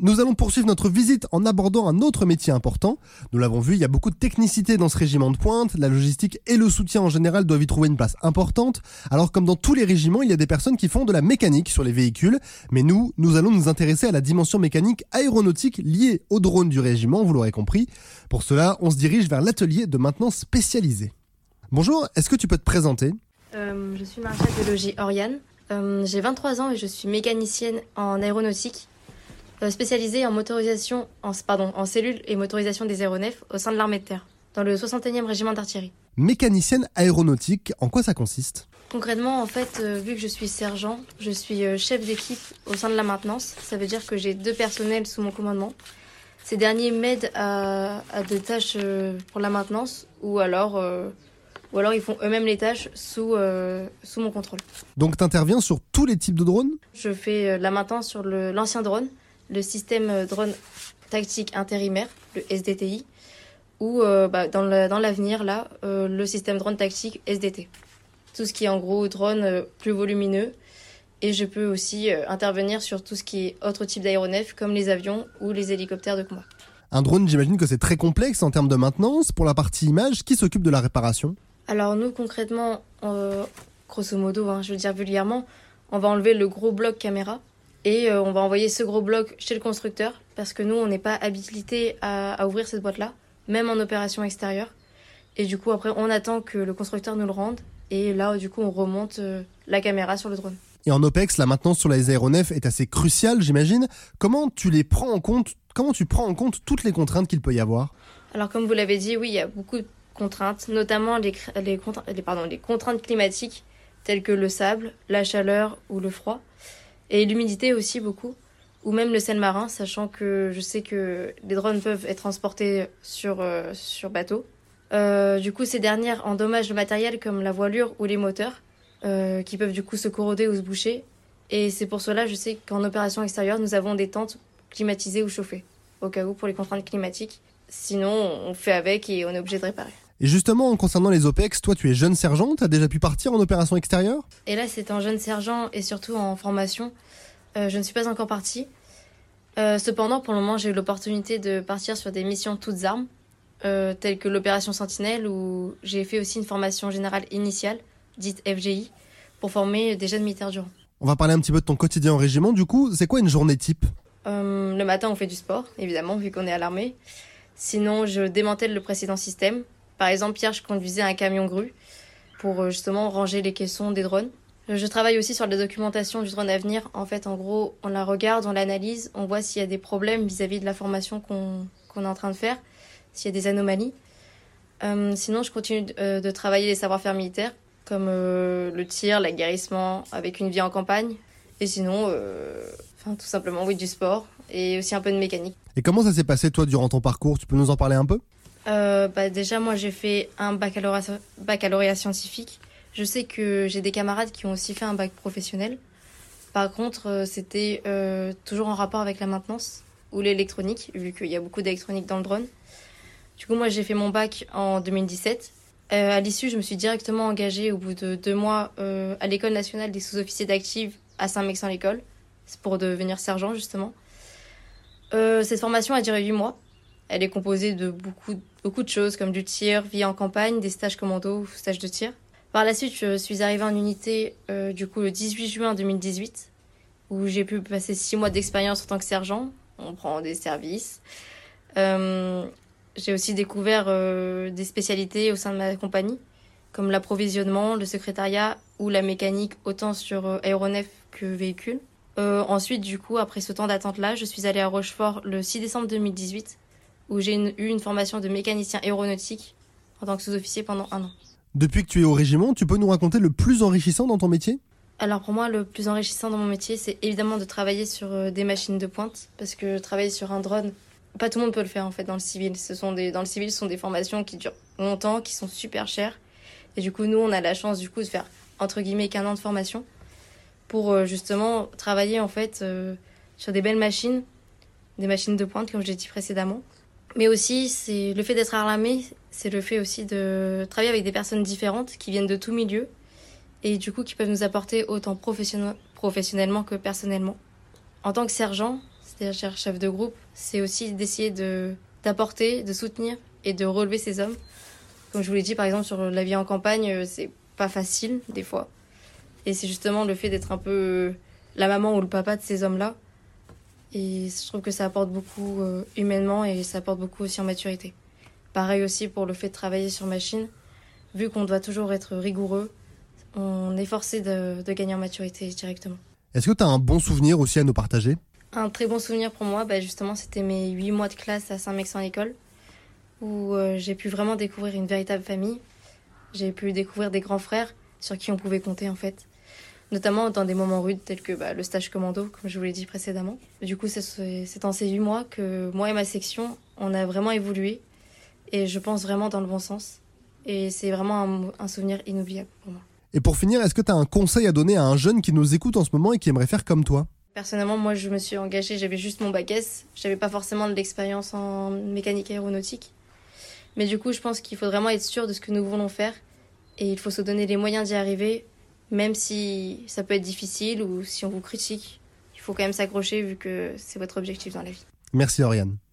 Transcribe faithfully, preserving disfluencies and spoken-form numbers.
nous allons poursuivre notre visite en abordant un autre métier important. Nous l'avons vu, il y a beaucoup de technicité dans ce régiment de pointe, la logistique et le soutien en général doivent y trouver une place importante. Alors comme dans tous les régiments, il y a des personnes qui font de la mécanique sur les véhicules, mais nous, nous allons nous intéresser à la dimension mécanique aéronautique liée aux drones du régiment, vous l'aurez compris. Pour cela, on se dirige vers l'atelier de maintenance spécialisé. Bonjour, est-ce que tu peux te présenter ? euh, Je suis maréchal de logis Oriane, euh, j'ai vingt-trois ans et je suis mécanicienne en aéronautique. Spécialisée en motorisation, en, pardon, en cellules et motorisation des aéronefs au sein de l'armée de terre, dans le soixante et unième régiment d'artillerie. Mécanicienne aéronautique, en quoi ça consiste ? Concrètement, en fait, euh, vu que je suis sergent, je suis euh, chef d'équipe au sein de la maintenance. Ça veut dire que j'ai deux personnels sous mon commandement. Ces derniers m'aident à, à des tâches euh, pour la maintenance ou alors, euh, ou alors ils font eux-mêmes les tâches sous, euh, sous mon contrôle. Donc tu interviens sur tous les types de drones ? Je fais euh, la maintenance sur le, l'ancien drone, le système drone tactique intérimaire, le S D T I, ou euh, bah, dans, le, dans l'avenir, là, euh, le système drone tactique S D T. Tout ce qui est en gros drone euh, plus volumineux. Et je peux aussi euh, intervenir sur tout ce qui est autre type d'aéronefs, comme les avions ou les hélicoptères de combat. Un drone, j'imagine que c'est très complexe en termes de maintenance. Pour la partie image, qui s'occupe de la réparation ? Alors nous, concrètement, euh, grosso modo, hein, je veux dire vulgairement, on va enlever le gros bloc caméra. Et euh, on va envoyer ce gros bloc chez le constructeur parce que nous, on n'est pas habilité à, à ouvrir cette boîte-là, même en opération extérieure. Et du coup, après, on attend que le constructeur nous le rende. Et là, du coup, on remonte euh, la caméra sur le drone. Et en OPEX, la maintenance sur les aéronefs est assez cruciale, j'imagine. Comment tu les prends en compte ? Comment tu prends en compte toutes les contraintes qu'il peut y avoir ? Alors, comme vous l'avez dit, oui, il y a beaucoup de contraintes, notamment les, les, contra- les, pardon, les contraintes climatiques, telles que le sable, la chaleur ou le froid. Et l'humidité aussi beaucoup, ou même le sel marin, sachant que je sais que les drones peuvent être transportés sur, euh, sur bateau. Euh, du coup, ces dernières endommagent le matériel comme la voilure ou les moteurs, euh, qui peuvent du coup se corroder ou se boucher. Et c'est pour cela, je sais qu'en opération extérieure, nous avons des tentes climatisées ou chauffées, au cas où pour les contraintes climatiques. Sinon, on fait avec et on est obligé de réparer. Et justement, concernant les OPEX, toi tu es jeune sergent, tu as déjà pu partir en opération extérieure ? Et là, c'est en jeune sergent et surtout en formation. Euh, je ne suis pas encore partie. Euh, cependant, pour le moment, j'ai eu l'opportunité de partir sur des missions toutes armes, euh, telles que l'opération Sentinelle, où j'ai fait aussi une formation générale initiale, dite F G I, pour former des jeunes militaires du rang. On va parler un petit peu de ton quotidien au régiment, du coup, c'est quoi une journée type ? euh, Le matin, on fait du sport, évidemment, vu qu'on est à l'armée. Sinon, je démantèle le précédent système. Par exemple, hier, je conduisais un camion grue pour justement ranger les caissons des drones. Je travaille aussi sur la documentation du drone à venir. En fait, en gros, on la regarde, on l'analyse, on voit s'il y a des problèmes vis-à-vis de la formation qu'on, qu'on est en train de faire, s'il y a des anomalies. Euh, sinon, je continue de, euh, de travailler les savoir-faire militaires, comme euh, le tir, l'aguerrissement, avec une vie en campagne. Et sinon, euh, enfin, tout simplement, oui, du sport et aussi un peu de mécanique. Et comment ça s'est passé, toi, durant ton parcours ? Tu peux nous en parler un peu ? Euh, bah déjà, moi, j'ai fait un baccalauréat, baccalauréat scientifique. Je sais que j'ai des camarades qui ont aussi fait un bac professionnel. Par contre, euh, c'était euh, toujours en rapport avec la maintenance ou l'électronique, vu qu'il y a beaucoup d'électronique dans le drone. Du coup, moi, j'ai fait mon bac en deux mille dix-sept. Euh, à l'issue, je me suis directement engagée au bout de deux mois euh, à l'École nationale des sous-officiers d'active à Saint-Mexan-l'École. C'est pour devenir sergent, justement. Euh, cette formation a duré huit mois. Elle est composée de beaucoup, beaucoup de choses, comme du tir, vie en campagne, des stages commando ou stages de tir. Par la suite, je suis arrivée en unité euh, du coup, le dix-huit juin deux mille dix-huit, où j'ai pu passer six mois d'expérience en tant que sergent. On prend des services. Euh, j'ai aussi découvert euh, des spécialités au sein de ma compagnie, comme l'approvisionnement, le secrétariat ou la mécanique, autant sur euh, aéronef que véhicule. Euh, ensuite, du coup, après ce temps d'attente-là, je suis allée à Rochefort le six décembre deux mille dix-huit, où j'ai une, eu une formation de mécanicien aéronautique en tant que sous-officier pendant un an. Depuis que tu es au régiment, tu peux nous raconter le plus enrichissant dans ton métier ? Alors pour moi, le plus enrichissant dans mon métier, c'est évidemment de travailler sur euh, des machines de pointe, parce que travailler sur un drone, pas tout le monde peut le faire en fait dans le civil. Ce sont des, dans le civil, ce sont des formations qui durent longtemps, qui sont super chères. Et du coup, nous, on a la chance du coup de faire entre guillemets qu'un an de formation pour euh, justement travailler en fait euh, sur des belles machines, des machines de pointe comme je l'ai dit précédemment. Mais aussi, c'est le fait d'être à l'armée, c'est le fait aussi de travailler avec des personnes différentes qui viennent de tout milieu et du coup qui peuvent nous apporter autant professionnel, professionnellement que personnellement. En tant que sergent, c'est-à-dire chef de groupe, c'est aussi d'essayer de, d'apporter, de soutenir et de relever ces hommes. Comme je vous l'ai dit, par exemple, sur la vie en campagne, c'est pas facile, des fois. Et c'est justement le fait d'être un peu la maman ou le papa de ces hommes-là. Et je trouve que ça apporte beaucoup euh, humainement et ça apporte beaucoup aussi en maturité. Pareil aussi pour le fait de travailler sur machine. Vu qu'on doit toujours être rigoureux, on est forcé de, de gagner en maturité directement. Est-ce que tu as un bon souvenir aussi à nous partager ? Un très bon souvenir pour moi, bah justement, c'était mes huit mois de classe à Saint-Mexan-l'École, où euh, j'ai pu vraiment découvrir une véritable famille. J'ai pu découvrir des grands frères sur qui on pouvait compter en fait. Notamment dans des moments rudes tels que bah, le stage commando, comme je vous l'ai dit précédemment. Du coup, c'est, c'est en ces huit mois que moi et ma section, on a vraiment évolué. Et je pense vraiment dans le bon sens. Et c'est vraiment un, un souvenir inoubliable pour moi. Et pour finir, est-ce que tu as un conseil à donner à un jeune qui nous écoute en ce moment et qui aimerait faire comme toi ? Personnellement, moi, je me suis engagée, j'avais juste mon bac S. Je n'avais pas forcément de l'expérience en mécanique aéronautique. Mais du coup, je pense qu'il faut vraiment être sûr de ce que nous voulons faire. Et il faut se donner les moyens d'y arriver, même si ça peut être difficile ou si on vous critique. Il faut quand même s'accrocher vu que c'est votre objectif dans la vie. Merci Lauriane.